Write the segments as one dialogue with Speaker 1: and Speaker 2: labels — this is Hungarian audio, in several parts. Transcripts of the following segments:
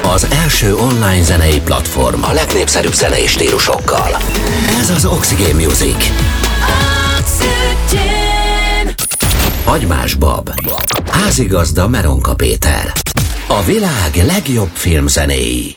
Speaker 1: Az első online zenei platform a legnépszerűbb zenei stílusokkal. Ez az Oxygen Music. Hagymás Bab. Házigazda Meronka Péter. A világ legjobb filmzenéi.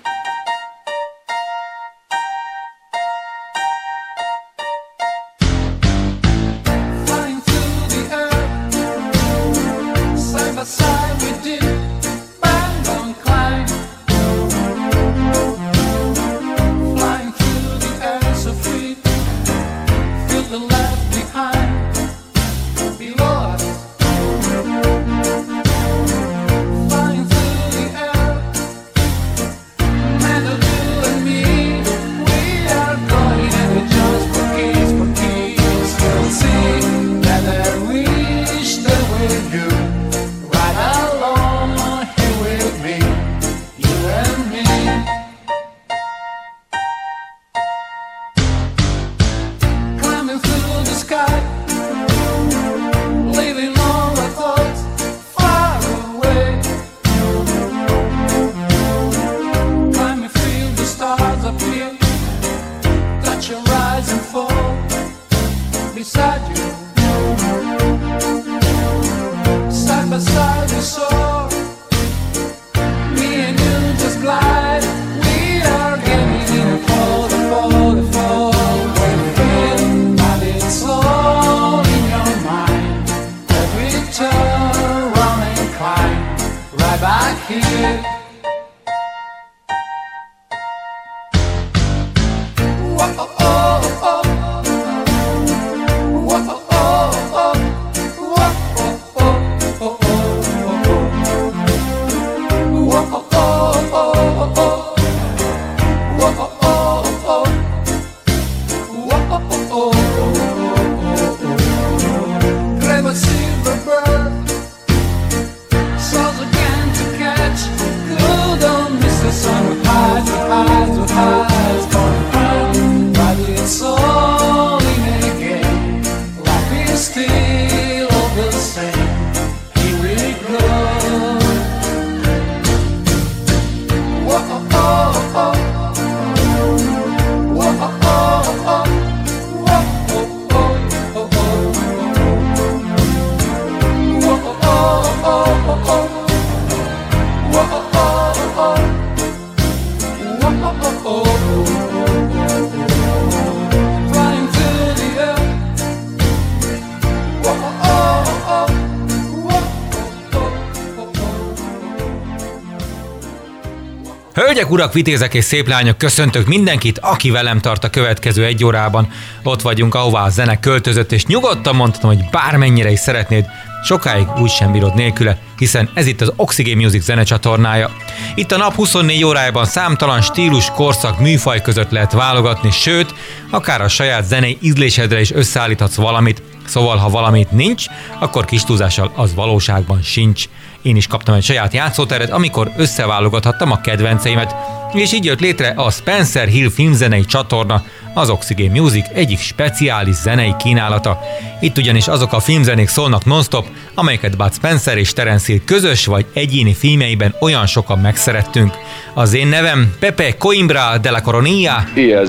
Speaker 2: Hölgyek, urak, vitézek és szép lányok, köszöntök mindenkit, aki velem tart a következő egy órában. Ott vagyunk, ahová a zene költözött, és nyugodtan mondhatom, hogy bármennyire is szeretnéd, sokáig úgy sem bírod nélküle, hiszen ez itt az Oxygen Music zenecsatornája. Itt a nap 24 órájában számtalan stílus, korszak, műfaj között lehet válogatni, sőt, akár a saját zenei ízlésedre is összeállíthatsz valamit. Szóval, ha valamit nincs, akkor kis túlzással az valóságban sincs. Én is kaptam egy saját játszóteret, amikor összeválogathattam a kedvenceimet, és így jött létre a Spencer Hill filmzenei csatorna, az Oxygen Music egyik speciális zenei kínálata. Itt ugyanis azok a filmzenék szólnak non-stop, amelyeket Bud Spencer és Terence Hill közös vagy egyéni filmjeiben olyan sokan megszerettünk. Az én nevem Pepe Coimbra de la Coronilla.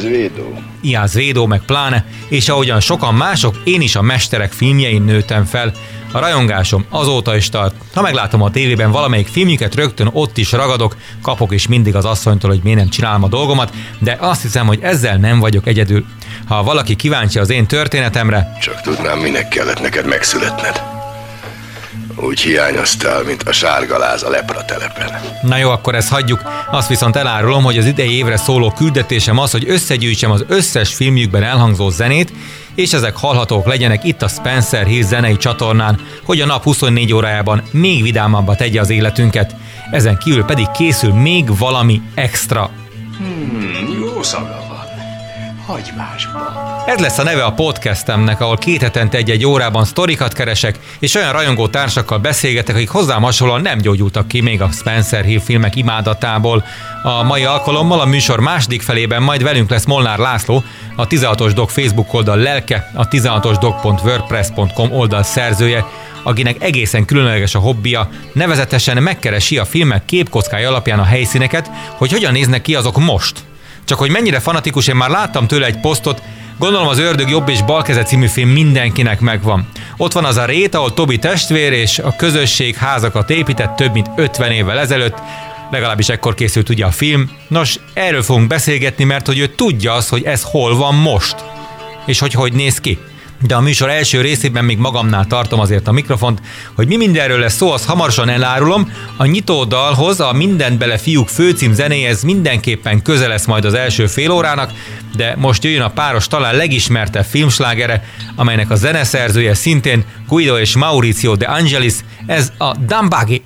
Speaker 2: Iaz Védó meg pláne, és ahogyan sokan mások, én is a mesterek filmjein nőttem fel. A rajongásom azóta is tart. Ha meglátom a tévében valamelyik filmjüket, rögtön ott is ragadok, kapok is mindig az asszonytól, hogy miért nem csinálom a dolgomat, de azt hiszem, hogy ezzel nem vagyok egyedül. Ha valaki kíváncsi az én történetemre...
Speaker 3: Csak tudnám, minek kellett neked megszületned. Úgy hiányoztál, mint a sárgaláz a lepratelepen.
Speaker 2: Na jó, akkor ezt hagyjuk. Azt viszont elárulom, hogy az idei évre szóló küldetésem az, hogy összegyűjtsem az összes filmjükben elhangzó zenét, és ezek hallhatók legyenek itt a Spencer Hill zenei csatornán, hogy a nap 24 órájában még vidámabbá tegye az életünket. Ezen kívül pedig készül még valami extra.
Speaker 4: Jó szaga van. Hagymásban.
Speaker 2: Ez lesz a neve a podcastemnek, ahol 2 hetente egy órában sztorikat keresek, és olyan rajongó társakkal beszélgetek, akik hozzám hasonlóan nem gyógyultak ki még a Spencer Hill filmek imádatából. A mai alkalommal a műsor második felében majd velünk lesz Molnár László, a 16-os Dog Facebook oldal lelke, a 16osdog.wordpress.com oldal szerzője, akinek egészen különleges a hobbija, nevezetesen megkeresi a filmek képkockája alapján a helyszíneket, hogy hogyan néznek ki azok most. Csak hogy mennyire fanatikus, én már láttam tőle egy posztot, gondolom az Ördög jobb és bal keze című film mindenkinek megvan. Ott van az a rét, ahol Toby testvér és a közösség házakat épített több mint 50 évvel ezelőtt, legalábbis ekkor készült ugye a film. Nos, erről fogunk beszélgetni, mert hogy ő tudja azt, hogy ez hol van most, és hogy néz ki. De a műsor első részében még magamnál tartom azért a mikrofont, hogy mi mindenről lesz szó, azt hamarosan elárulom. A nyitódalhoz, a Mindent bele fiúk főcím zenéhez mindenképpen közel lesz majd az első fél órának, de most jöjjön a páros talán legismertebb filmslágere, amelynek a zeneszerzője szintén Guido és Maurizio De Angelis, ez a Dumb Buggy.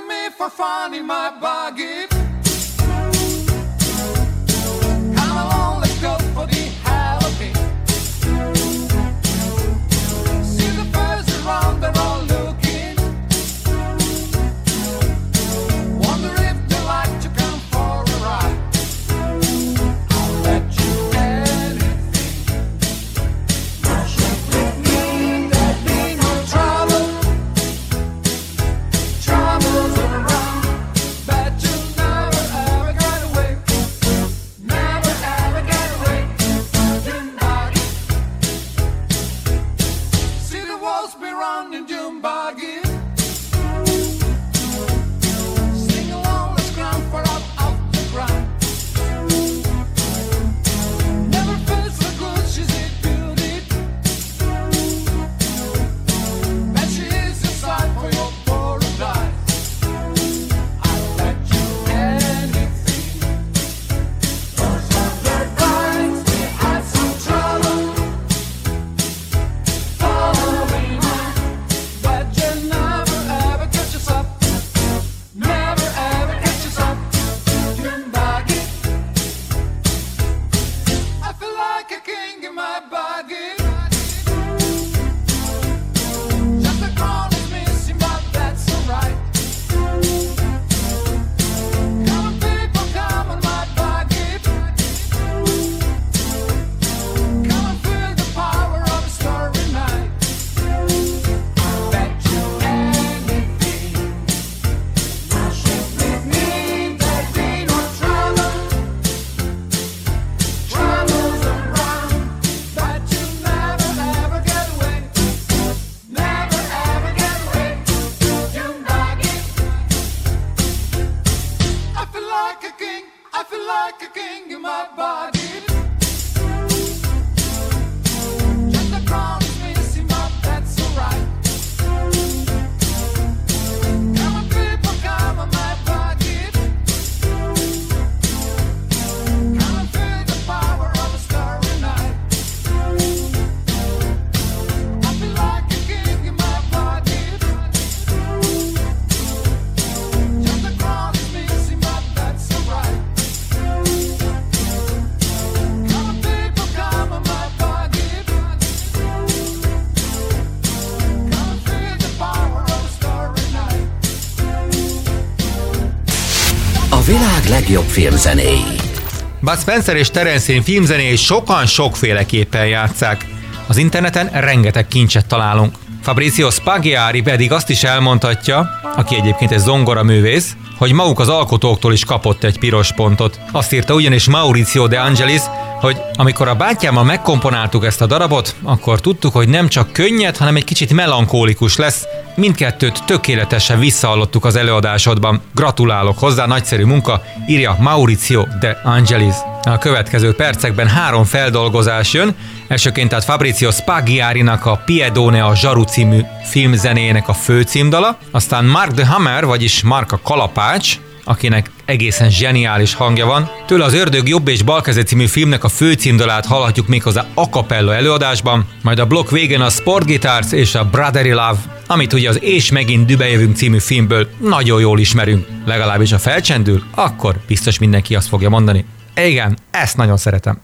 Speaker 1: világ legjobb filmzenéi.
Speaker 2: Bud Spencer és Terence Hill filmzenéjét sokan sokféleképpen játsszák. Az interneten rengeteg kincset találunk. Fabrizio Spaghiari pedig azt is elmondhatja, aki egyébként egy zongoraművész, hogy maguk az alkotóktól is kapott egy piros pontot. Azt írta ugyanis Maurizio De Angelis, hogy amikor a bátyámmal megkomponáltuk ezt a darabot, akkor tudtuk, hogy nem csak könnyed, hanem egy kicsit melankólikus lesz. Mindkettőt tökéletesen visszahallottuk az előadásodban. Gratulálok hozzá, nagyszerű munka, írja Maurizio De Angelis. A következő percekben 3 feldolgozás jön. Elsőként tehát Fabrizio Spaghiarinak a Piedone a zsaru című filmzenéjének a főcímdala, aztán Mark the Hammer, vagyis Mark a kalapács, akinek egészen zseniális hangja van. Tőle az Ördög jobb és bal keze című filmnek a főcímdalát hallhatjuk méghozzá a cappella előadásban, majd a blokk végén a Sport Guitars és a Brotherly Love, amit ugye az És megint dübe jövünk című filmből nagyon jól ismerünk. Legalábbis ha felcsendül, akkor biztos mindenki azt fogja mondani. Igen, ezt nagyon szeretem.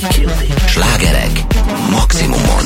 Speaker 1: Slágerek maximumon.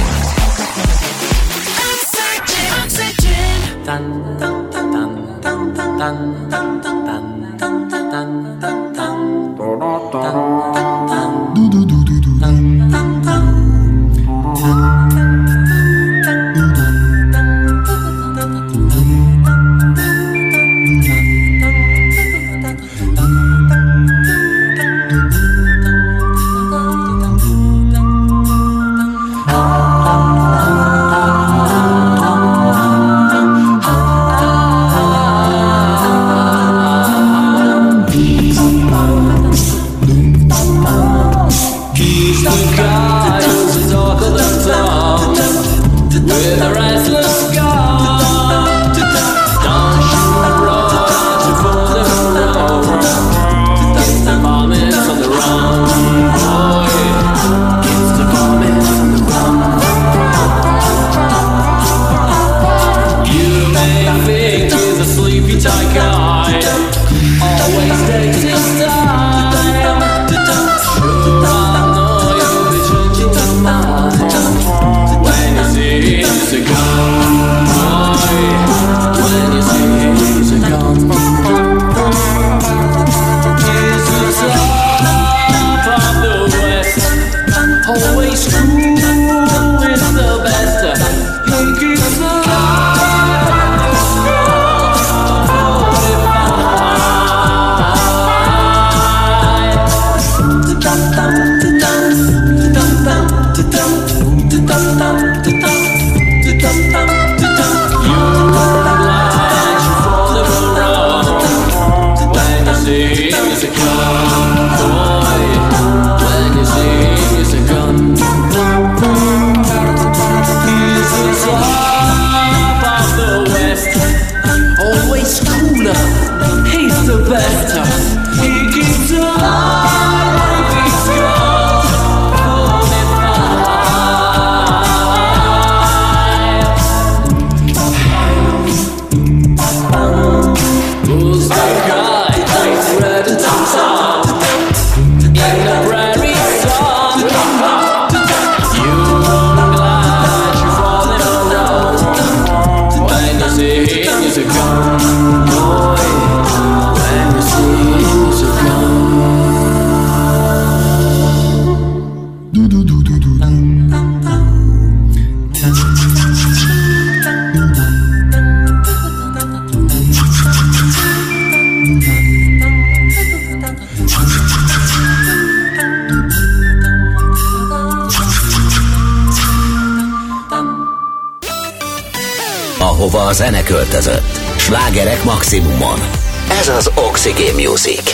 Speaker 1: Ahova a zene költözött. Slágerek maximumon. Ez az Oxygen Music.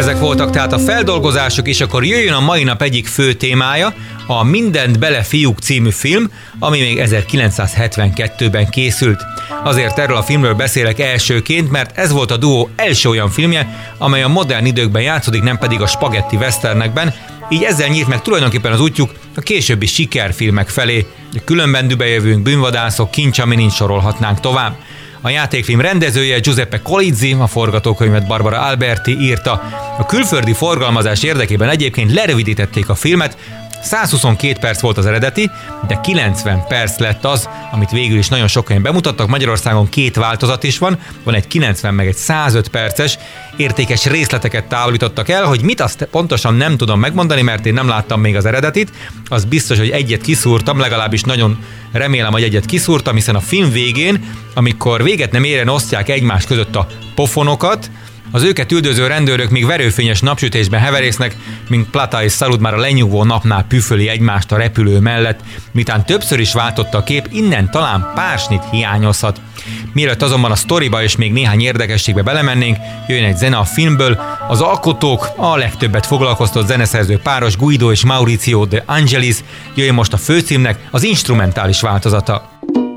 Speaker 2: Ezek voltak tehát a feldolgozások, és akkor jöjjön a mai nap egyik fő témája, a Mindent bele fiúk című film, ami még 1972-ben készült. Azért erről a filmről beszélek elsőként, mert ez volt a duó első olyan filmje, amely a modern időkben játszódik, nem pedig a spagetti westernekben, így ezzel nyílt meg tulajdonképpen az útjuk a későbbi sikerfilmek felé. Különben dübejövünk, bűnvadászok, kincs, ami nincs, sorolhatnánk tovább. A játékfilm rendezője Giuseppe Colizzi, a forgatókönyvet Barbara Alberti írta. A külföldi forgalmazás érdekében egyébként lerövidítették a filmet, 122 perc volt az eredeti, de 90 perc lett az, amit végül is nagyon sok helyen bemutattak. Magyarországon 2 változat is van egy 90 meg egy 105 perces, értékes részleteket távolítottak el, hogy mit, azt pontosan nem tudom megmondani, mert én nem láttam még az eredetit. Az biztos, hogy egyet kiszúrtam, legalábbis nagyon remélem, hogy egyet kiszúrtam, hiszen a film végén, amikor véget nem éren osztják egymás között a pofonokat, az őket üldöző rendőrök még verőfényes napsütésben heverésznek, mint Plata és Salud már a lenyugvó napnál püföli egymást a repülő mellett, miután többször is váltotta a kép, innen talán pársnit hiányozhat. Mielőtt azonban a sztoriba és még néhány érdekességbe belemennénk, jöjjön egy zene a filmből. Az alkotók, a legtöbbet foglalkoztott zeneszerző páros Guido és Maurizio De Angelis, jöjjön most a főcímnek az instrumentális változata.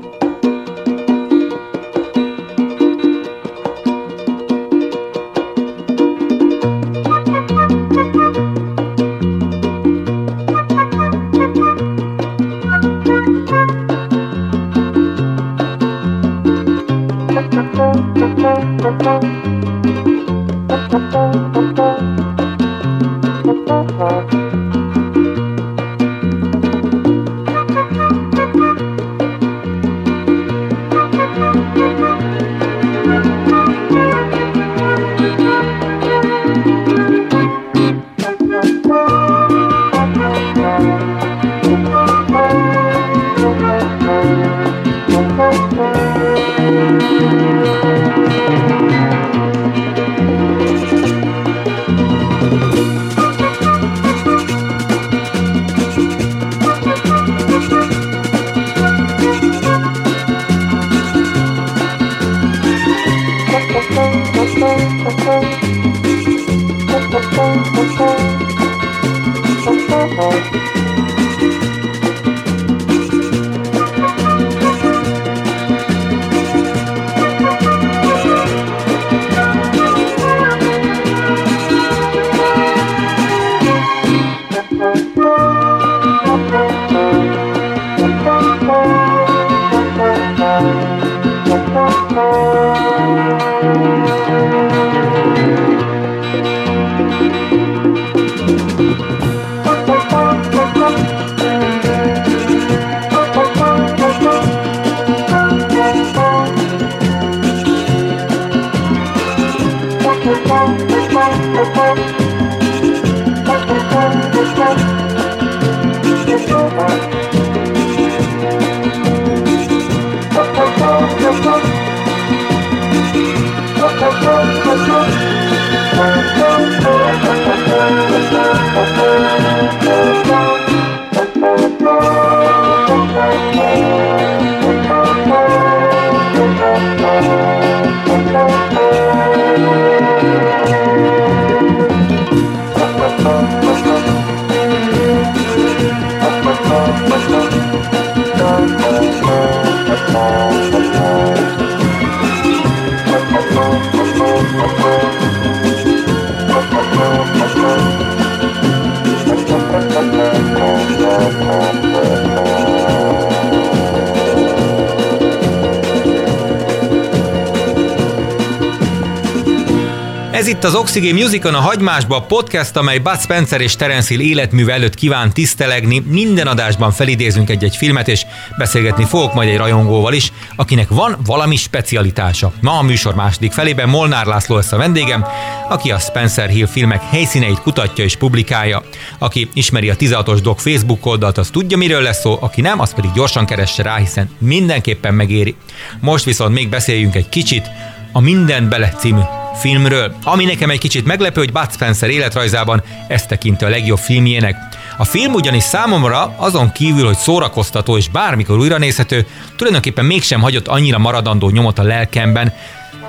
Speaker 2: Ez itt az Oxygen Musicon, a Hagymásba, a podcast, amely Bud Spencer és Terence Hill életműve előtt kíván tisztelegni. Minden adásban felidézünk egy-egy filmet, és beszélgetni fogok majd egy rajongóval is, akinek van valami specialitása. Ma a műsor második felében Molnár László lesz a vendégem, aki a Spencer Hill filmek helyszíneit kutatja és publikálja. Aki ismeri a 16-os Dog Facebook oldalt, az tudja, miről lesz szó, aki nem, az pedig gyorsan keresse rá, hiszen mindenképpen megéri. Most viszont még beszéljünk egy kicsit a Mindent bele című filmről, ami nekem egy kicsit meglepő, hogy Bud Spencer életrajzában ezt tekinti a legjobb filmjének. A film ugyanis számomra azon kívül, hogy szórakoztató és bármikor újra nézhető, tulajdonképpen mégsem hagyott annyira maradandó nyomot a lelkemben.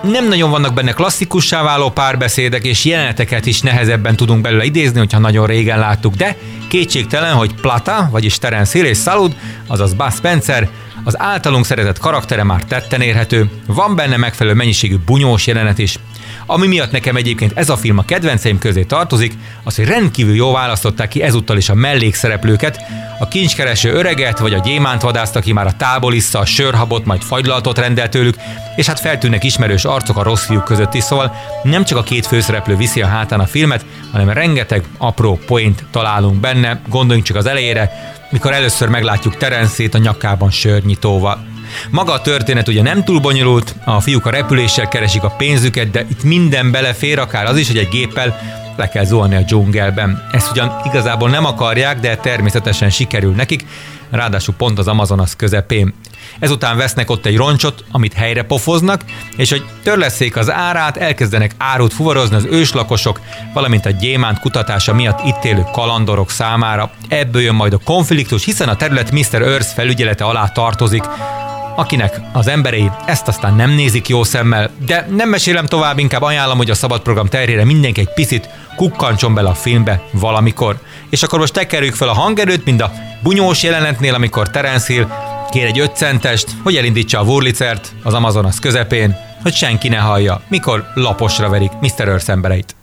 Speaker 2: nem nagyon vannak benne klasszikussá váló párbeszédek, és jeleneteket is nehezebben tudunk belőle idézni, hogyha nagyon régen láttuk, de kétségtelen, hogy Plata, vagyis Terence Hill és Salud, azaz Bud Spencer, az általunk szeretett karaktere már tetten érhető, van benne megfelelő mennyiségű bunyós jelenet is. Ami miatt nekem egyébként ez a film a kedvenceim közé tartozik, az, hogy rendkívül jól választották ki ezúttal is a mellékszereplőket, a kincskereső öreget, vagy a gyémántvadászt, aki már a tálból issza a sörhabot, majd fagylalatot rendel tőlük, és hát feltűnnek ismerős arcok a rossz fiúk között is, szóval nem csak a két főszereplő viszi a hátán a filmet, hanem rengeteg apró poént találunk benne, gondoljunk csak az elejére, mikor először meglátjuk Terence-ét a nyakában sörnyitóval. Maga a történet ugye nem túl bonyolult, a fiúk a repüléssel keresik a pénzüket, de itt minden belefér, akár az is, hogy egy géppel le kell zuhanni a dzsungelben. Ezt ugyan igazából nem akarják, de természetesen sikerül nekik, ráadásul pont az Amazonas közepén. Ezután vesznek ott egy roncsot, amit helyre pofoznak, és hogy törlesszék az árát, elkezdenek árut fuvarozni az őslakosok, valamint a gyémánt kutatása miatt itt élő kalandorok számára. Ebből jön majd a konfliktus, hiszen a terület Mr. Earth felügyelete alá tartozik, akinek az emberei ezt aztán nem nézik jó szemmel, de nem mesélem tovább, inkább ajánlom, hogy a szabadprogram terhére mindenki egy picit kukkancson bele a filmbe valamikor. És akkor most tekerjük fel a hangerőt, mint a bunyós jelenetnél, amikor Terence Hill kér egy 5 centest, hogy elindítsa a Wurlitzert az Amazonas közepén, hogy senki ne hallja, mikor laposra verik Mr. Earth embereit.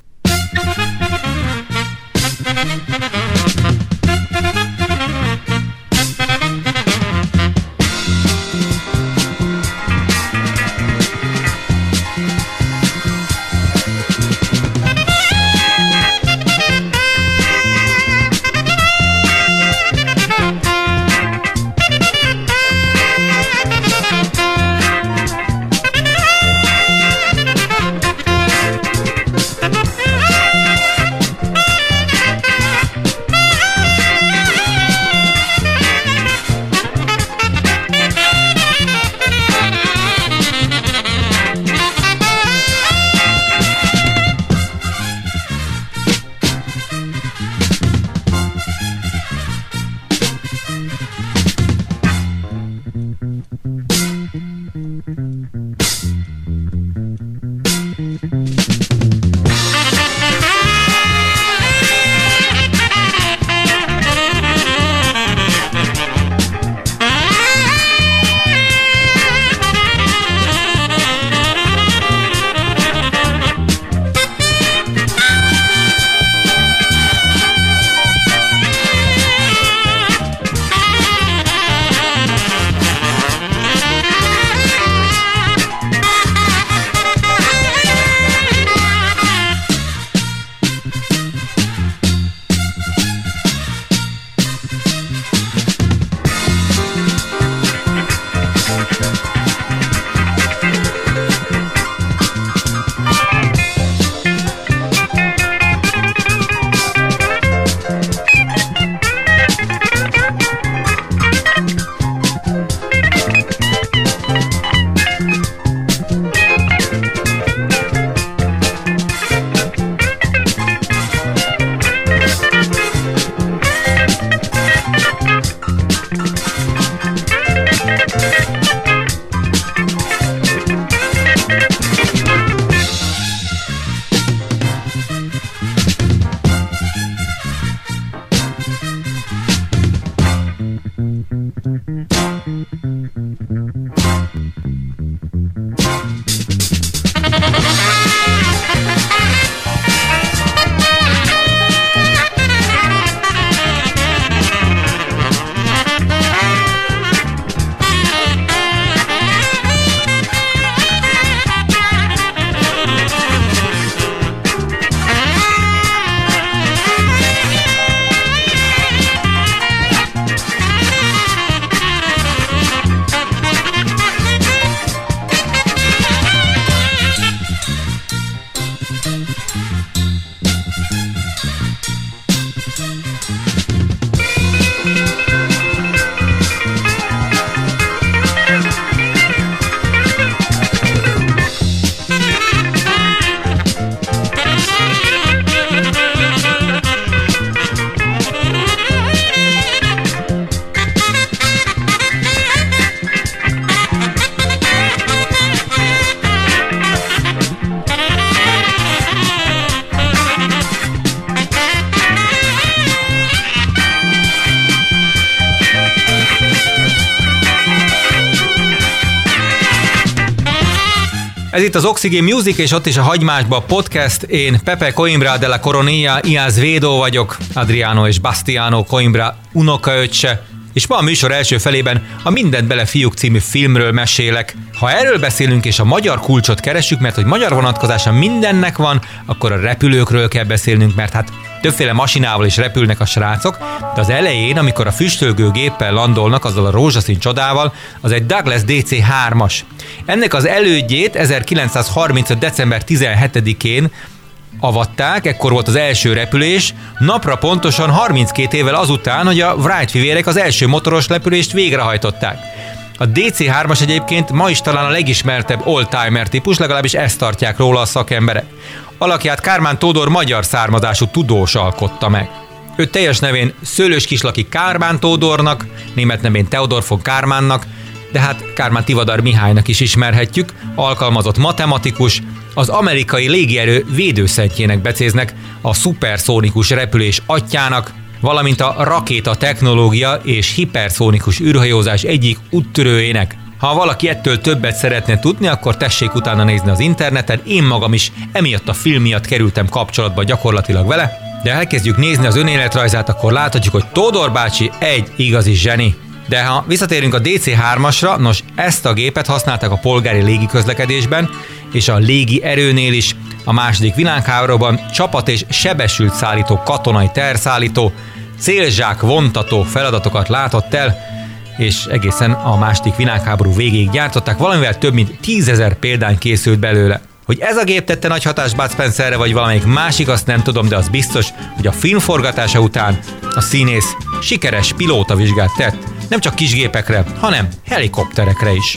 Speaker 2: Ez itt az Oxygen Music, és ott is a Hagymásba podcast. Én Pepe Coimbra de la Coronilla y Azevedo vagyok, Adriano és Bastiano Coimbra unokaöccse, és ma a műsor első felében a Mindent bele fiúk című filmről mesélek. Ha erről beszélünk és a magyar kulcsot keresünk, mert hogy magyar vonatkozása mindennek van, akkor a repülőkről kell beszélnünk, mert hát többféle masinával is repülnek a srácok, de az elején, amikor a füstölgő géppel landolnak, azzal a rózsaszín csodával, az egy Douglas DC-3-as. Ennek az elődjét 1935. december 17-én avatták, ekkor volt az első repülés, napra pontosan 32 évvel azután, hogy a Wright fivérek az első motoros repülést végrehajtották. A DC-3-as egyébként ma is talán a legismertebb oldtimer típus, legalábbis ezt tartják róla a szakemberek. Alakját Kármán Tódor magyar származású tudós alkotta meg. Ő teljes nevén Szőlőskislaki Kármán Tódornak, német nevén Theodor von Kármánnak, de hát Kármán Tivadar Mihálynak is ismerhetjük, alkalmazott matematikus, az amerikai légierő védőszentjének becéznek, a szuperszónikus repülés atyjának, valamint a rakéta technológia és hiperszónikus űrhajózás egyik úttörőjének. Ha valaki ettől többet szeretne tudni, akkor tessék utána nézni az interneten, én magam is emiatt a film miatt kerültem kapcsolatba gyakorlatilag vele, de elkezdjük nézni az önéletrajzát, akkor láthatjuk, hogy Tódor bácsi egy igazi zseni. De ha visszatérünk a DC-3-asra, nos, ezt a gépet használták a polgári légiközlekedésben, és a légi erőnél is, a második világháborúban csapat és sebesült szállító, katonai terszállító, célzsák vontató feladatokat látott el, és egészen a második világháború végéig gyártották, valamivel több mint 10 000 példány készült belőle. Hogy ez a gép tette nagy hatást Bud Spencerre, vagy valamelyik másik, azt nem tudom, de az biztos, hogy a film forgatása után a színész sikeres pilótavizsgát tett, nem csak kisgépekre, hanem helikopterekre is.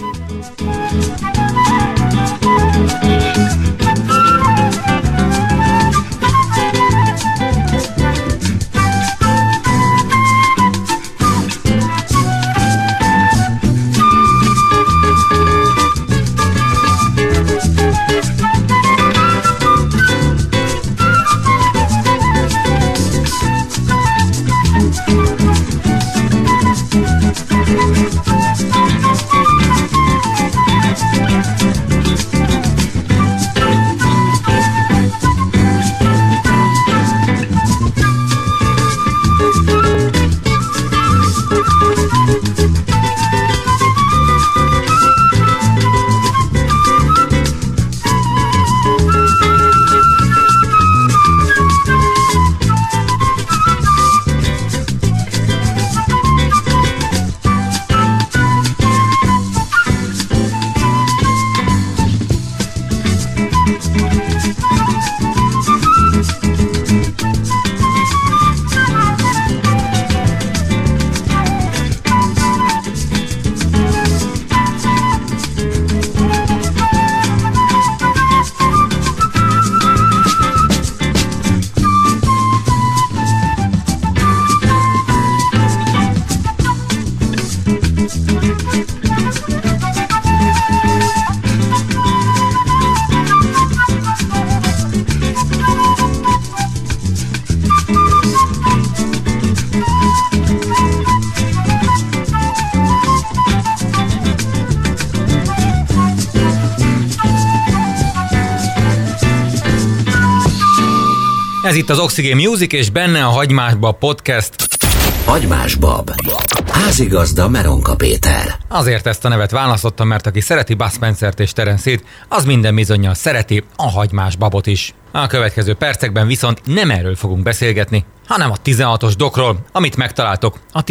Speaker 2: Ez itt az Oxygen Music, és benne a Hagymásba podcast.
Speaker 1: Hagymásbab. Házigazda Meronka Péter.
Speaker 2: Azért ezt a nevet választottam, mert aki szereti Bud Spencert és Terence Hill-t, az minden bizonnyal szereti a Hagymásbabot is. A következő percekben viszont nem erről fogunk beszélgetni, hanem a 16-os dokról, amit megtaláltok a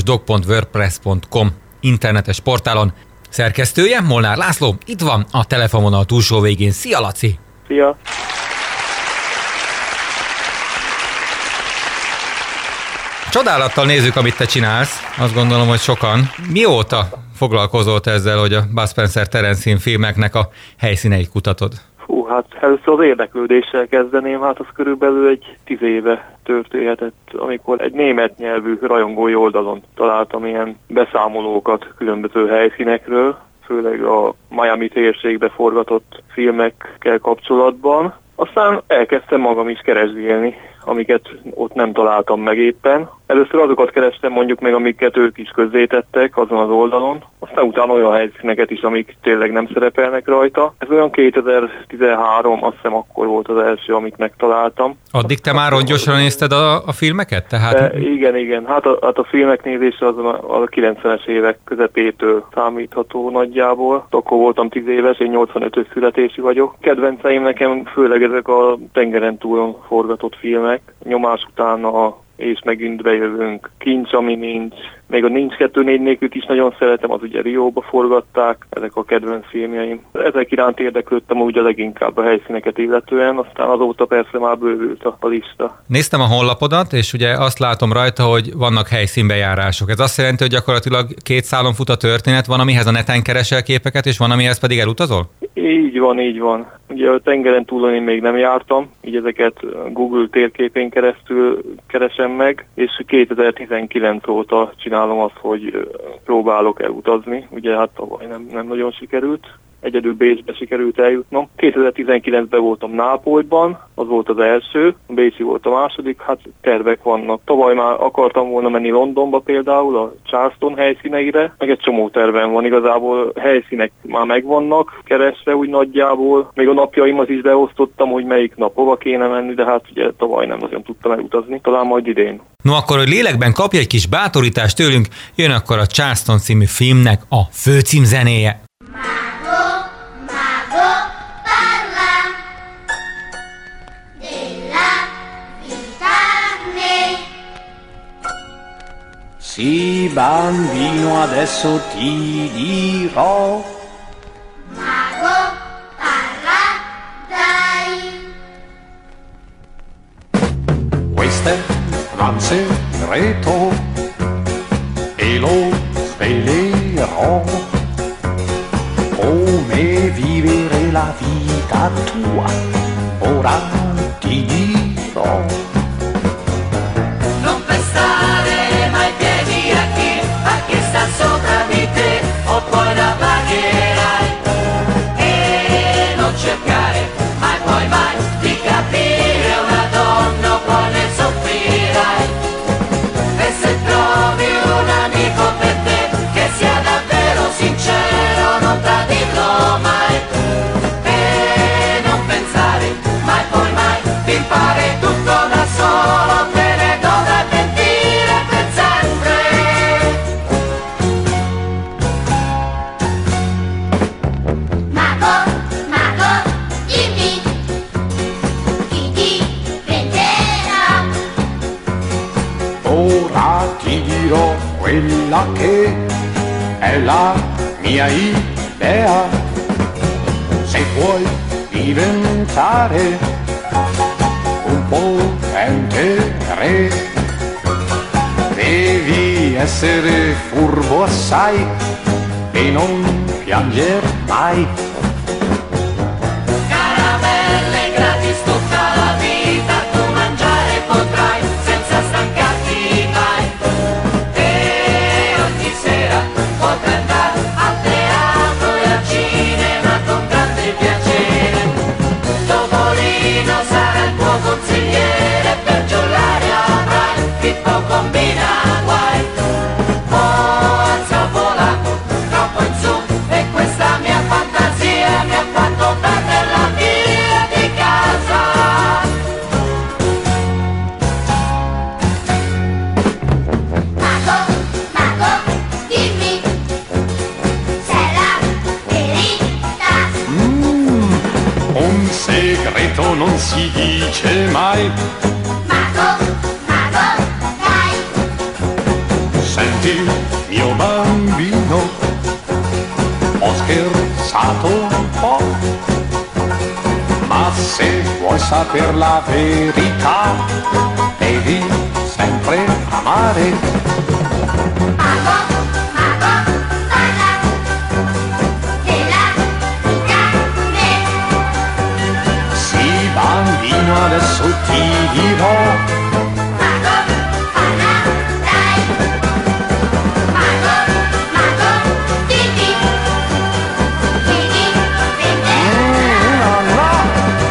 Speaker 2: 16osdok.wordpress.com internetes portálon. Szerkesztője Molnár László, itt van a telefonvonal túlsó végén. Szia, Laci!
Speaker 5: Szia!
Speaker 2: Csodálattal nézzük, amit te csinálsz. Azt gondolom, hogy sokan. Mióta foglalkozol ezzel, hogy a Bud Spencer Terence Hill filmeknek a helyszíneit kutatod?
Speaker 5: Hát először az érdeklődéssel kezdeném, hát az körülbelül egy 10 éve történhetett, amikor egy német nyelvű rajongói oldalon találtam ilyen beszámolókat különböző helyszínekről, főleg a Miami térségbe forgatott filmekkel kapcsolatban. Aztán elkezdtem magam is keresgélni, amiket ott nem találtam meg éppen, Először azokat kerestem mondjuk meg, amiket ők is közzétettek azon az oldalon, aztán utána olyan helyszíneket is, amik tényleg nem szerepelnek rajta. Ez olyan 2013, azt hiszem akkor volt az első, amit megtaláltam.
Speaker 2: Addig te már rongyosan nézted a filmeket? Tehát...
Speaker 5: Igen. Hát a filmek nézése az a 90-es évek közepétől számítható nagyjából. Akkor voltam 10 éves, én 85-ös születésű vagyok. Kedvenceim nekem főleg ezek a tengeren túlon forgatott filmek. Nyomás utána és megint bejövünk. Kincs, ami nincs. Még a Nincs 244-et is nagyon szeretem, az ugye Rióba forgatták, ezek a kedvenc filmjeim. Ezek iránt érdeklődtem úgy a leginkább a helyszíneket illetően, aztán azóta persze már bővült a lista.
Speaker 2: Néztem a honlapodat, és ugye azt látom rajta, hogy vannak helyszínbejárások. Ez azt jelenti, hogy gyakorlatilag 2 szálon fut a történet, van, amihez a neten keresel képeket, és van, amihez pedig elutazol?
Speaker 5: Így van. Ugye a tengeren túlon én még nem jártam, így ezeket Google térképén keresztül keresem meg, és 2019 óta csinálom azt, hogy próbálok elutazni. Ugye hát tavaly nem nagyon sikerült. Egyedül Bécsbe sikerült eljutnom. 2019-ben voltam Nápolyban, az volt az első, Bécsi volt a második, hát tervek vannak. Tavaly már akartam volna menni Londonba például, a Charleston helyszíneire, meg egy csomó tervem van, igazából helyszínek már megvannak, keresve úgy nagyjából. Még a napjaimat is beosztottam, hogy melyik nap hova kéne menni, de hát ugye tavaly nem nagyon tudtam elutazni, talán majd idén.
Speaker 2: No akkor, hogy lélekben kapja egy kis bátorítást tőlünk, jön akkor a Charleston című filmnek a főcímzenéje.
Speaker 4: Sì, bambino, adesso ti dirò.
Speaker 6: Mago, parla, dai.
Speaker 4: Questo è un segreto e lo svelerò. Come vivere la vita tua, ora ti dirò.
Speaker 6: Sopra di te o poi la pagherai e non cercare mai di capire una donna o poi ne soffrirai. E se trovi un amico per te che sia davvero sincero non tradirlo mai e non pensare mai di fare tutto da solo, te ne dovrai pentire per sempre.
Speaker 4: Quella che è la mia idea, se vuoi diventare un potente re, devi essere furbo assai e non pianger mai.
Speaker 6: Caramelle gratis tutta la vita, tu mangiare potrai senza stancarti mai. Potrai andare al teatro e al cinema con grande piacere. Topolino sarà il tuo consigliere, per giocare avrai chi può combina guai. Alza volato troppo in su e questa mia fantasia mi ha fatto perdere la via di casa.
Speaker 4: Segreto non si dice mai.
Speaker 6: Mago, dai.
Speaker 4: Senti, mio bambino, ho scherzato un po', ma se vuoi saper la verità, devi sempre amare.
Speaker 6: Mago, parla della vita me.
Speaker 4: Sì, bambino, adesso ti dirò.
Speaker 6: Mago, parla, dai. Mago, dimmi,
Speaker 4: No,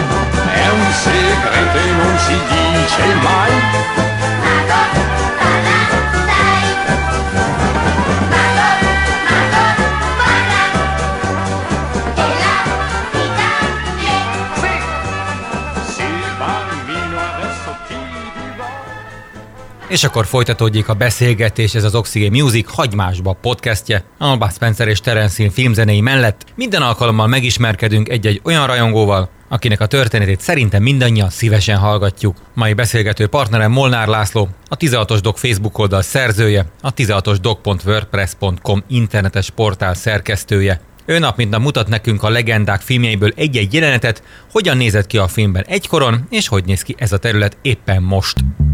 Speaker 4: è un segreto e non si dice mai.
Speaker 6: Mago, parla,
Speaker 2: És akkor folytatódjék a beszélgetés, ez az Oxygen Music hagymásba podcastje, ahol Bud Spencer és Terence Hill filmzenei mellett minden alkalommal megismerkedünk egy-egy olyan rajongóval, akinek a történetét szerintem mindannyian szívesen hallgatjuk. Mai beszélgető partnerem Molnár László, a 16-os Dog Facebook oldal szerzője, a 16osdog.wordpress.com internetes portál szerkesztője. Ő nap mint nap mutat nekünk a legendák filmjeiből egy-egy jelenetet, hogyan nézett ki a filmben egykoron, és hogy néz ki ez a terület éppen most.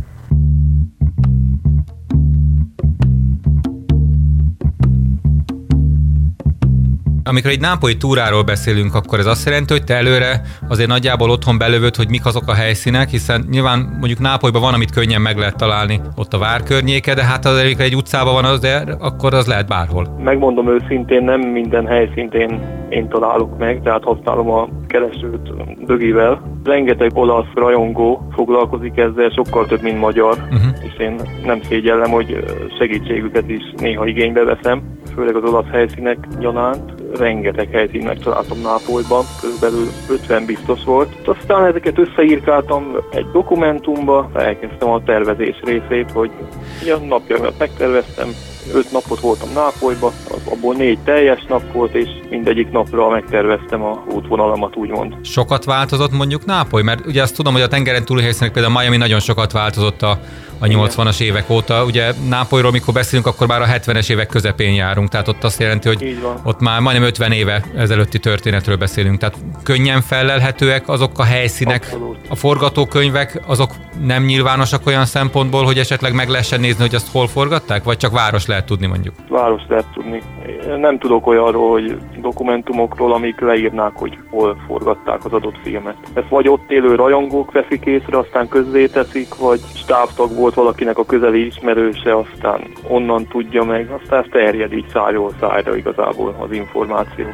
Speaker 2: Amikor egy nápolyi túráról beszélünk, akkor ez azt jelenti, hogy te előre azért nagyjából otthon belövöd, hogy mik azok a helyszínek, hiszen nyilván mondjuk Nápolyban van, amit könnyen meg lehet találni, ott a vár környéke, de hát az, amikor egy utcában van az, de akkor az lehet bárhol.
Speaker 5: Megmondom őszintén, nem minden helyszínt én találok meg, tehát használom a keresőt Dögivel. Rengeteg olasz rajongó foglalkozik ezzel, sokkal több, mint magyar, és én nem szégyellem, hogy segítségüket is néha igénybe veszem, főleg az olasz helyszínek gyanánt. Rengeteg helyszínt megtaláltam Nápolyban, körülbelül 50 biztos volt. Aztán ezeket összeírkáltam egy dokumentumba, elkezdtem a tervezés részét, hogy a napjaimat megterveztem, 5 napot voltam Nápolyban, abból 4 teljes nap volt, és mindegyik napra megterveztem a útvonalamat, úgymond.
Speaker 2: Sokat változott mondjuk Nápoly? Mert ugye azt tudom, hogy a tengeren túli helyszínek, például Miami nagyon sokat változott a 80-as évek óta. Ugye Nápolyról, mikor beszélünk, akkor már a 70-es évek közepén járunk, tehát ott azt jelenti, hogy ott már majdnem 50 éve ezelőtti történetről beszélünk. Tehát könnyen fellelhetőek azok a helyszínek, abszolút. A forgatókönyvek, azok nem nyilvánosak olyan szempontból, hogy esetleg meg lehessen nézni, hogy azt hol forgatták, vagy csak város lehet tudni mondjuk?
Speaker 5: Város lehet tudni. Nem tudok olyanról, hogy dokumentumokról, amik leírnák, hogy hol forgatták az adott filmet. Ezt vagy ott élő rajongók veszik észre, aztán közzéteszik, vagy stábtag volt valakinek a közeli ismerőse, aztán onnan tudja meg, aztán ez terjed így szájról szájra igazából az információ.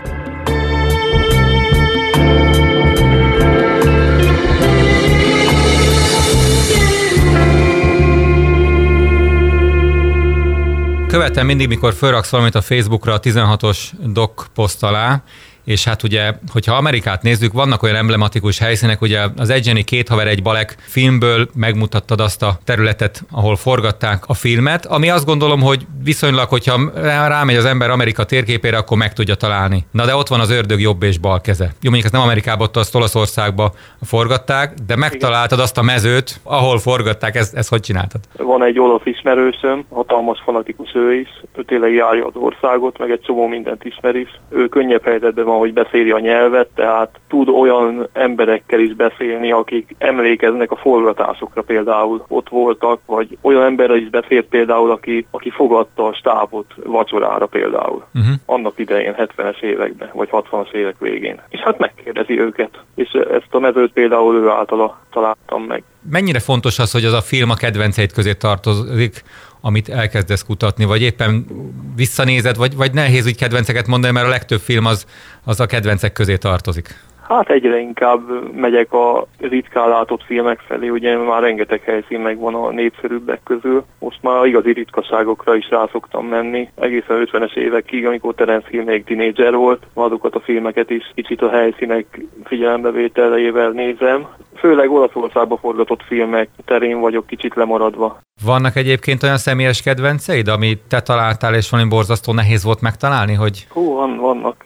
Speaker 2: Követem mindig, mikor felraksz valamit a Facebookra a 16-os Dog poszt alá, és hát ugye, hogyha Amerikát nézzük, vannak olyan emblematikus helyszínek, ugye az Egy zseni, két haver, egy balek filmből megmutattad azt a területet, ahol forgatták a filmet, ami azt gondolom, hogy viszonylag, hogyha rámegy az ember Amerika térképére, akkor meg tudja találni. Na de ott van az ördög jobb és bal keze. Jó, mondjuk ezt nem Amerikában, ott azt Olaszországba forgatták, de megtaláltad azt a mezőt, ahol forgatták, ezt hogy csináltad?
Speaker 5: Van egy olasz ismerősöm, hatalmas fanatikus ő is, ő tényleg járja az országot, meg egy csomó mindent ismer is. Ő könnyebb helyzetben van, hogy beszéli a nyelvet, tehát tud olyan emberekkel is beszélni, akik emlékeznek a forgatásokra, például ott voltak, vagy olyan emberrel is beszélt például, aki fogadta a stábot vacsorára például. Annak idején, 70-es években, vagy 60-as évek végén. És hát megkérdezi őket. És ezt a mezőt például ő általa találtam meg. Mennyire
Speaker 2: fontos az, hogy az a film a kedvenceid közé tartozik, amit elkezdesz kutatni, vagy éppen visszanézed, vagy nehéz úgy kedvenceket mondani, mert a legtöbb film az a kedvencek közé tartozik? Hát egyre inkább megyek a ritkán látott filmek felé, ugye már rengeteg helyszín megvan a népszerűbbek közül. Most már igazi ritkaságokra is rá szoktam menni. Egészen 50-es évekig, amikor Terence Hill még tinédzser volt, azokat a filmeket is kicsit a helyszínek figyelembevételével nézem. Főleg Olaszországba forgatott filmek terén vagyok kicsit lemaradva. Vannak egyébként olyan személyes kedvenceid, amit te találtál, és valami borzasztó nehéz volt megtalálni, hogy... Vannak.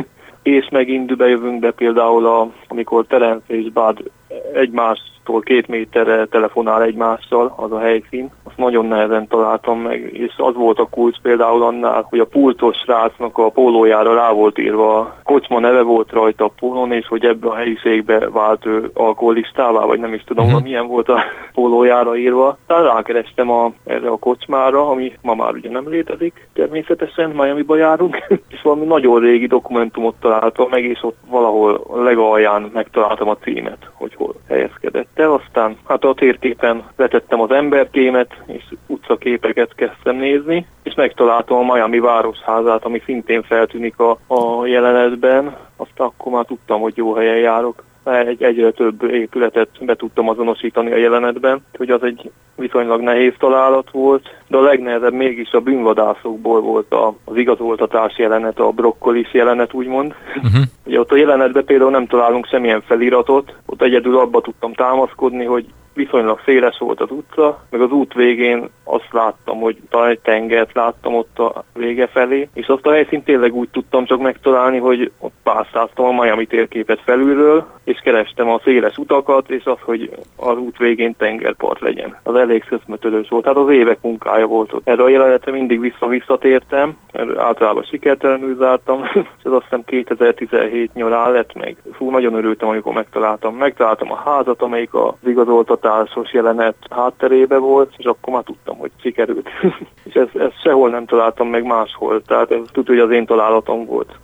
Speaker 2: És megint bejövünk be például, amikor Terence és Bud egymástól 2 méterre telefonál egymással, az a helyszín. Azt nagyon nehezen találtam meg, és az volt a kulcs például annál, hogy a pultos srácnak a pólójára rá volt írva, a kocsma neve volt rajta a pólón, és hogy ebbe a helyiségbe vált ő alkoholistává, vagy nem is tudom, milyen volt a pólójára írva. Tehát rákerestem erre a kocsmára, ami ma már ugye nem létezik, természetesen Miamiba járunk, és valami nagyon régi dokumentumot találtam meg, és ott valahol legalján megtaláltam a címet, hogy hol helyezkedett el. Aztán hát a térképen letettem az emberkémet, és utcaképeket kezdtem nézni, és megtaláltam a Miami városházát, ami szintén feltűnik a jelenetben. Aztán akkor már tudtam, hogy jó helyen járok. Egyre több épületet be tudtam azonosítani a jelenetben, hogy az egy viszonylag nehéz találat volt, de a legnehezebb mégis a bűnvadászokból volt az igazoltatás jelenet, a brokkolis jelenet úgymond. Ugye ott a jelenetben például nem találunk semmilyen feliratot, ott egyedül abba tudtam támaszkodni, hogy
Speaker 5: viszonylag széles volt az utca, meg az út végén azt láttam, hogy talán egy tengert láttam ott a vége felé, és azt a helyszínt tényleg úgy tudtam csak megtalálni, hogy ott pásztáztam a Miami térképet felülről, és kerestem a széles utakat, és az, hogy az út végén tengerpart legyen. Az elég szöszmötölős volt, hát az évek munkája volt ott. Erre a jelenetre mindig visszatértem, mert általában sikertelenül zártam, és ez azt hiszem 2017 nyarán lett meg. Fú, nagyon örültem, amikor megtaláltam. Megtaláltam a házat, amelyik az igazoltatásos jelenet hátterébe volt, és akkor már tudtam, hogy sikerült. És ezt sehol nem találtam meg máshol, tehát ez tudja, hogy az én találatom volt.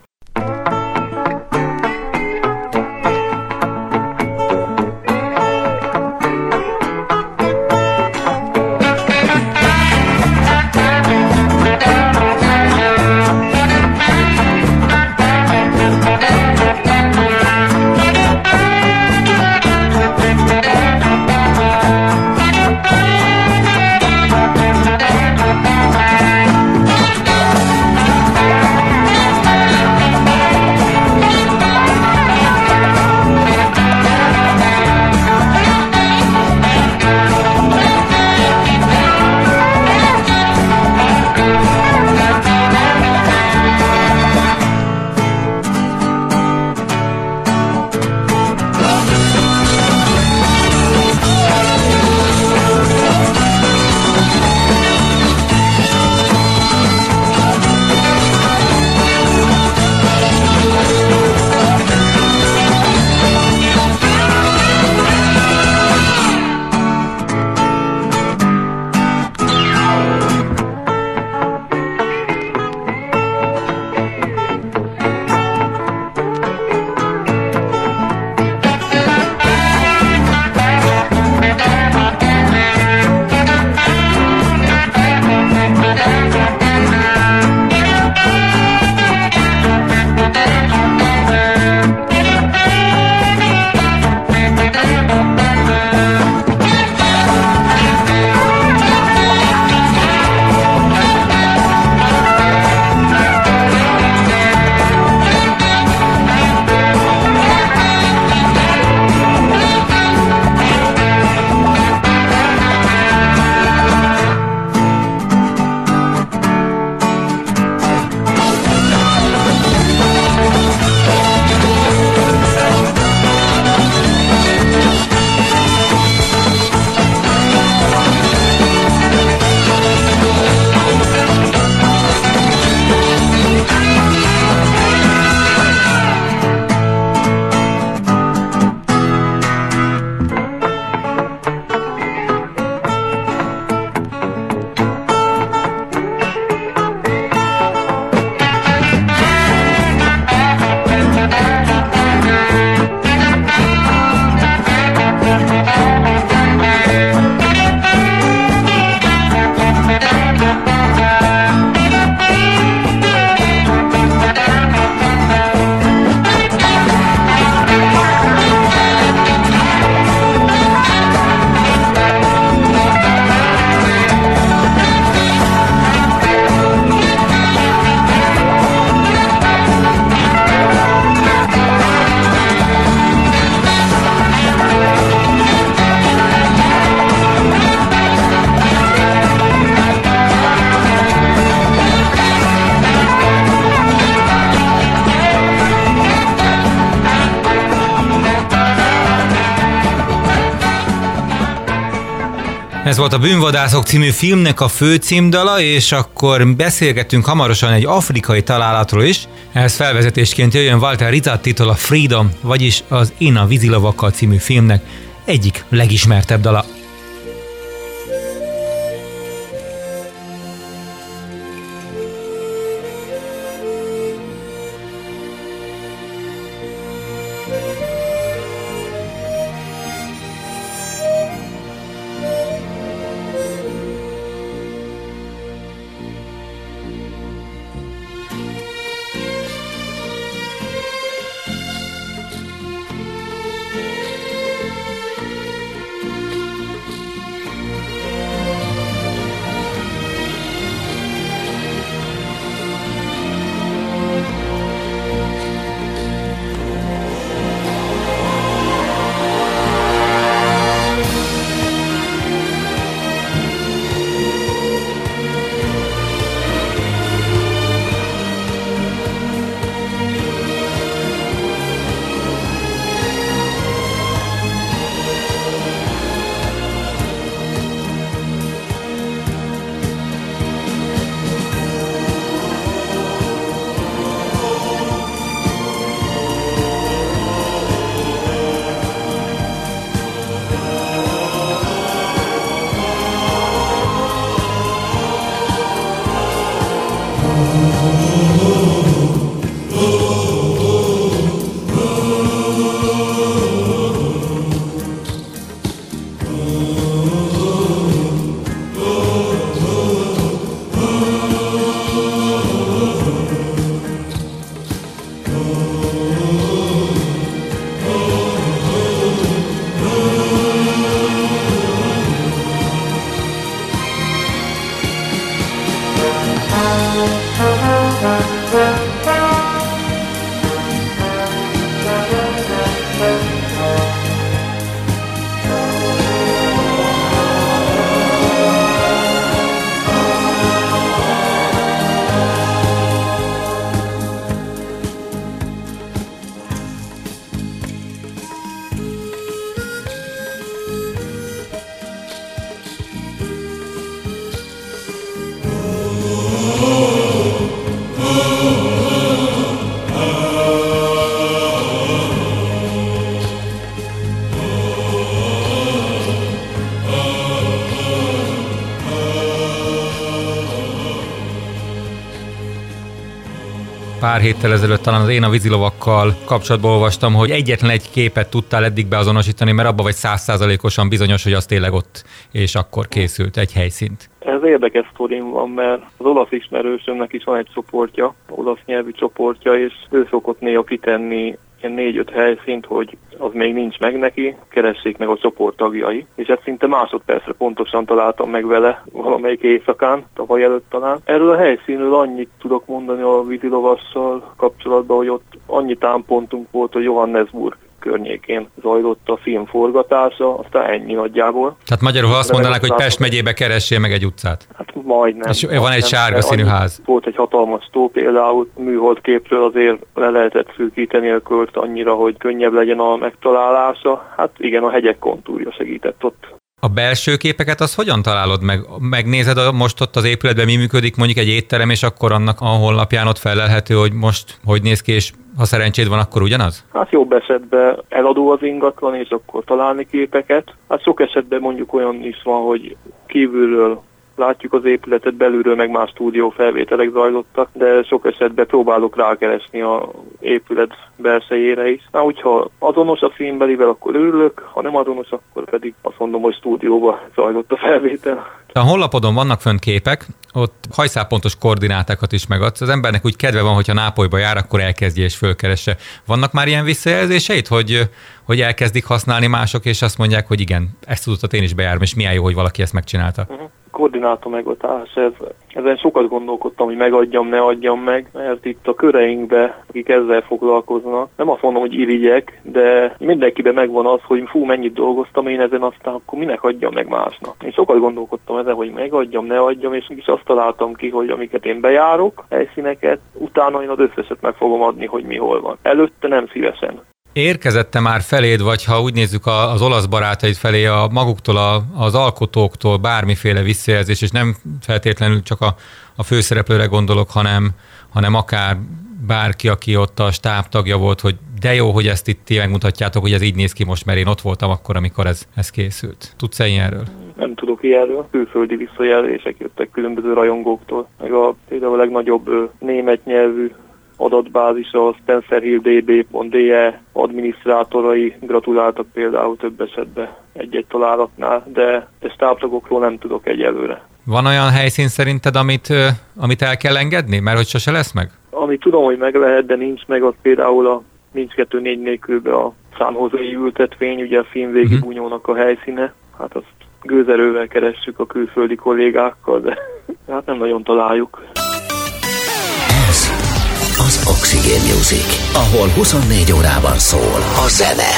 Speaker 2: Ez volt a Bűnvadászok című filmnek a főcímdala, és akkor beszélgettünk hamarosan egy afrikai találatról is. Ehhez felvezetésként jöjjön Walter Rizzattitól a Freedom, vagyis az Én a vízilavakkal című filmnek egyik legismertebb dala. pár héttel ezelőtt talán az Én a vízilovakkal kapcsolatban olvastam, hogy egyetlen egy képet tudtál eddig beazonosítani, mert abban vagy 100%-osan bizonyos, hogy az tényleg ott, és akkor készült egy helyszínt.
Speaker 5: Ez érdekes sztorim van, mert az olasz ismerősömnek is van egy csoportja, olasz nyelvű csoportja, és ő szokott néha kitenni ilyen 4-5 helyszínt, hogy az még nincs meg neki, keressék meg a csoport tagjai. És ezt szinte másodpercre pontosan találtam meg vele valamelyik éjszakán, tavaly előtt talán. Erről a helyszínről annyit tudok mondani a vízilovassal kapcsolatban, hogy ott annyi támpontunk volt, hogy Johannesburg környékén zajlott a film forgatása, aztán ennyi nagyjából.
Speaker 2: Tehát magyarul, ha azt mondanák, hogy Pest megyébe keressél meg egy utcát.
Speaker 5: Hát majdnem.
Speaker 2: És van egy sárga színű ház.
Speaker 5: Volt egy hatalmas tó, például műholdképről azért le lehetett szűkíteni a kört annyira, hogy könnyebb legyen a megtalálása. Hát igen, a hegyek kontúrja segített ott.
Speaker 2: A belső képeket azt hogyan találod meg? Megnézed most ott az épületben, mi működik, mondjuk egy étterem, és akkor annak a honlapján ott felelhető, hogy most hogy néz ki, és ha szerencséd van, akkor ugyanaz? Hát
Speaker 5: jobb esetben eladó az ingatlan, és akkor találni képeket. Hát sok esetben mondjuk olyan is van, hogy kívülről látjuk az épületet, belülről meg más stúdiófelvételek zajlottak, de sok esetben próbálok rákeresni a épület belsejére is. Na, hogyha azonos a színbelivel, akkor örülök, ha nem azonos, akkor pedig azt mondom, hogy stúdióba zajlott a felvétel.
Speaker 2: A honlapodon vannak fönt képek, ott hajszálpontos koordinátákat is megadsz. Az embernek úgy kedve van, hogyha Nápolyba jár, akkor elkezdje és fölkeresse. Vannak már ilyen visszajelzéseit, hogy elkezdik használni mások, és azt mondják, hogy igen, ezt tudott én is bejárom, és milyen jó, hogy valaki ezt megcsinálta.
Speaker 5: Koordinátor megoldás, ezen sokat gondolkodtam, hogy megadjam, ne adjam meg, mert itt a köreinkben, akik ezzel foglalkoznak, nem azt mondom, hogy irigyek, de mindenkiben megvan az, hogy fú, mennyit dolgoztam én ezen, aztán akkor minek adjam meg másnak. Én sokat gondolkodtam ezen, hogy megadjam, ne adjam, és mégis azt találtam ki, hogy amiket én bejárok, helyszíneket, utána én az összeset meg fogom adni, hogy mi hol van. Előtte nem szívesen.
Speaker 2: Érkezette már feléd, vagy ha úgy nézzük az olasz barátaid felé, a maguktól, az alkotóktól bármiféle visszajelzés, és nem feltétlenül csak a főszereplőre gondolok, hanem akár bárki, aki ott a stáb tagja volt, hogy de jó, hogy ezt itt ti megmutatjátok, hogy ez így néz ki most, mert én ott voltam akkor, amikor ez készült. Tudsz ilyenről? Nem
Speaker 5: tudok ilyenről. Külföldi visszajelzések jöttek különböző rajongóktól. Meg például a legnagyobb német nyelvű adatbázisa, a spencerhilldb.de adminisztrátorai gratuláltak például több esetben egy-egy találatnál, de stábtagokról nem tudok egyelőre.
Speaker 2: Van olyan helyszín szerinted, amit el kell engedni, mert hogy sose lesz meg?
Speaker 5: Ami tudom, hogy meg lehet, de nincs meg, az például a Nincs 2-4 nélkülbe a San Jose-i ültetvény, ugye a filmvégi bunyónak a helyszíne. Hát azt gőzerővel keressük a külföldi kollégákkal, de hát nem nagyon találjuk.
Speaker 1: Ez az Oxygen Music, ahol 24 órában szól a zene.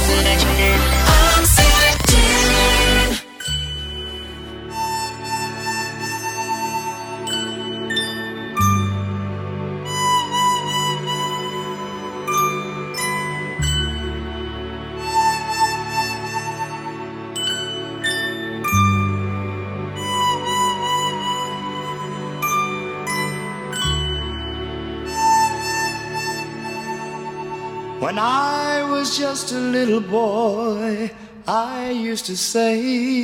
Speaker 7: When I was just a little boy, I used to say,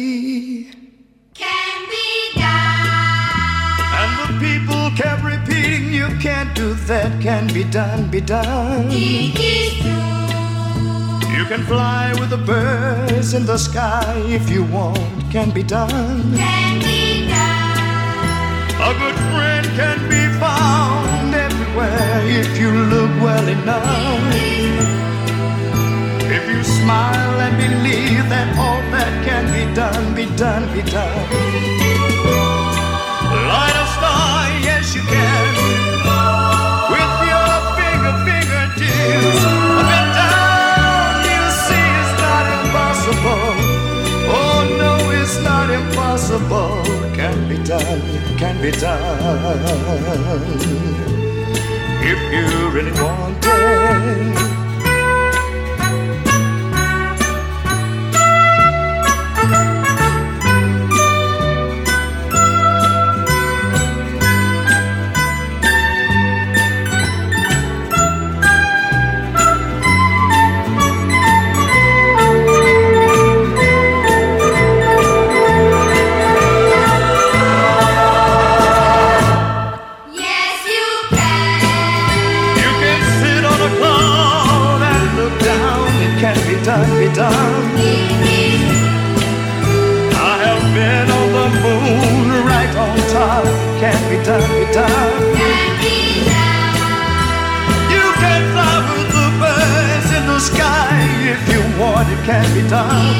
Speaker 6: can be done.
Speaker 7: And the people kept repeating, you can't do that, can be done, be done.
Speaker 6: It is true.
Speaker 7: You can fly with the birds in the sky if you want, can be done.
Speaker 6: Can be done.
Speaker 7: A good friend can be found everywhere if you look well enough. If you smile and believe that all that can be done, be done, be done. Light a star, yes you can, with your fingertips. Up down, you see it's not impossible. Oh no, it's not impossible. Can be done, can be done. If you really want it.
Speaker 6: Yes, you can.
Speaker 4: can be done, be done. You can fly with the birds in the sky if you want, it can be done.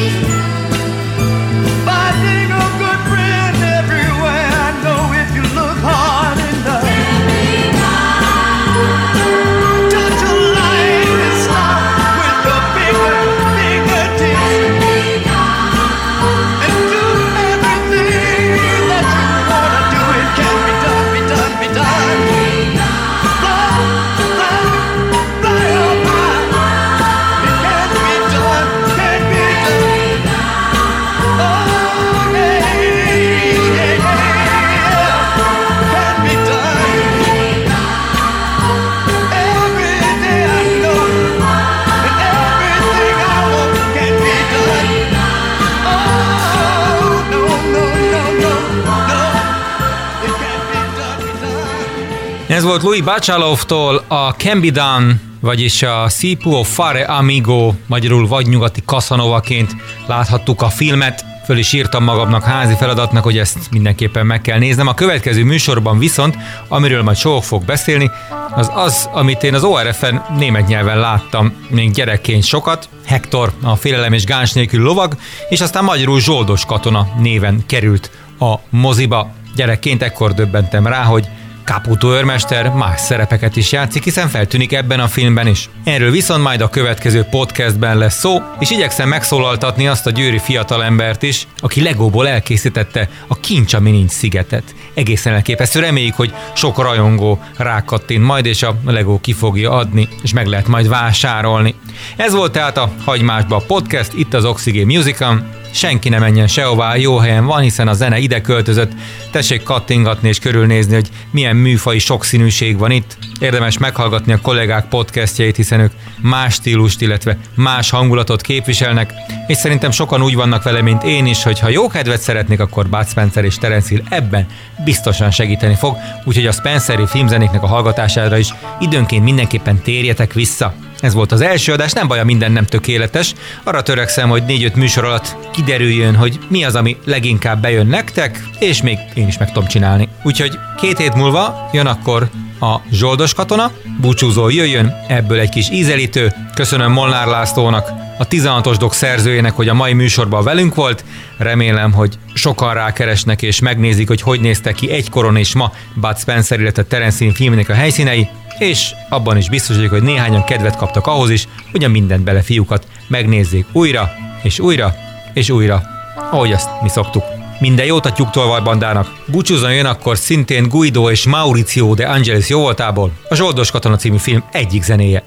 Speaker 4: Finding a good friend everywhere, I know if you look hard enough. Touch a light and stop with your fingertips. And do everything that you wanna do. It can be done, be done, be done. Fly, fly, fly up high. It can be done, can be done. Oh yeah, yeah, yeah. Can be done. Every day I know, and everything I want can be done. Oh no, no, no, no, no. It can be done, be done.
Speaker 2: Ez volt Louis Bacalov-tól a Can Be Done, vagyis a Si può fare amigo, magyarul vagy nyugati Casanovaként láthattuk a filmet. Föl is írtam magamnak házi feladatnak, hogy ezt mindenképpen meg kell néznem. A következő műsorban viszont, amiről majd soha fog beszélni, az, amit én az ORF-en német nyelven láttam még gyerekként sokat. Hector, a félelem és gáns nélkül lovag, és aztán magyarul Zsoldos katona néven került a moziba. Gyerekként ekkor döbbentem rá, hogy Caputo őrmester más szerepeket is játszik, hiszen feltűnik ebben a filmben is. Erről viszont majd a következő podcastben lesz szó, és igyekszem megszólaltatni azt a győri fiatalembert is, aki Legóból elkészítette a Kincs, ami nincs szigetet. Egészen elképesztő, reméljük, hogy sok rajongó rákattint majd, és a Legó ki fogja adni, és meg lehet majd vásárolni. Ez volt tehát a Hagymásba podcast, itt az Oxygén Musicon. Senki ne menjen sehová, jó helyen van, hiszen a zene ide költözött. Tessék kattingatni és körülnézni, hogy milyen műfai sokszínűség van itt. Érdemes meghallgatni a kollégák podcastjait, hiszen ők más stílust, illetve más hangulatot képviselnek, és szerintem sokan úgy vannak vele, mint én is, hogy ha jó kedvet szeretnék, akkor Bud Spencer és Terence Hill ebben biztosan segíteni fog, úgyhogy a Spenceri filmzenéknek a hallgatására is időnként mindenképpen térjetek vissza. Ez volt az első adás, nem baj, a minden nem tökéletes. Arra törekszem, hogy 4-5 műsor alatt kiderüljön, hogy mi az, ami leginkább bejön nektek, és még én is meg tudom csinálni. Úgyhogy 2 hét múlva jön akkor a Zsoldos katona, búcsúzó jöjjön, ebből egy kis ízelítő. Köszönöm Molnár Lászlónak, a 16-os dok szerzőjének, hogy a mai műsorban velünk volt. Remélem, hogy sokan rákeresnek és megnézik, hogy néztek ki egykoron és ma Bud Spencer, illetve Terence Hill filmének a helyszínei, és abban is biztos vagyok, hogy néhányan kedvet kaptak ahhoz is, hogy a Mindent bele fiúkat megnézzék újra, és újra, és újra, ahogy azt mi szoktuk. Minden jót a Tyúktolvaj bandának. Búcsúzon jön akkor szintén Guido és Mauricio de Angelis jóvoltából a Zsoldos katona című film egyik zenéje.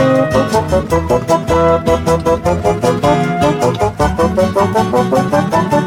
Speaker 8: Thank you.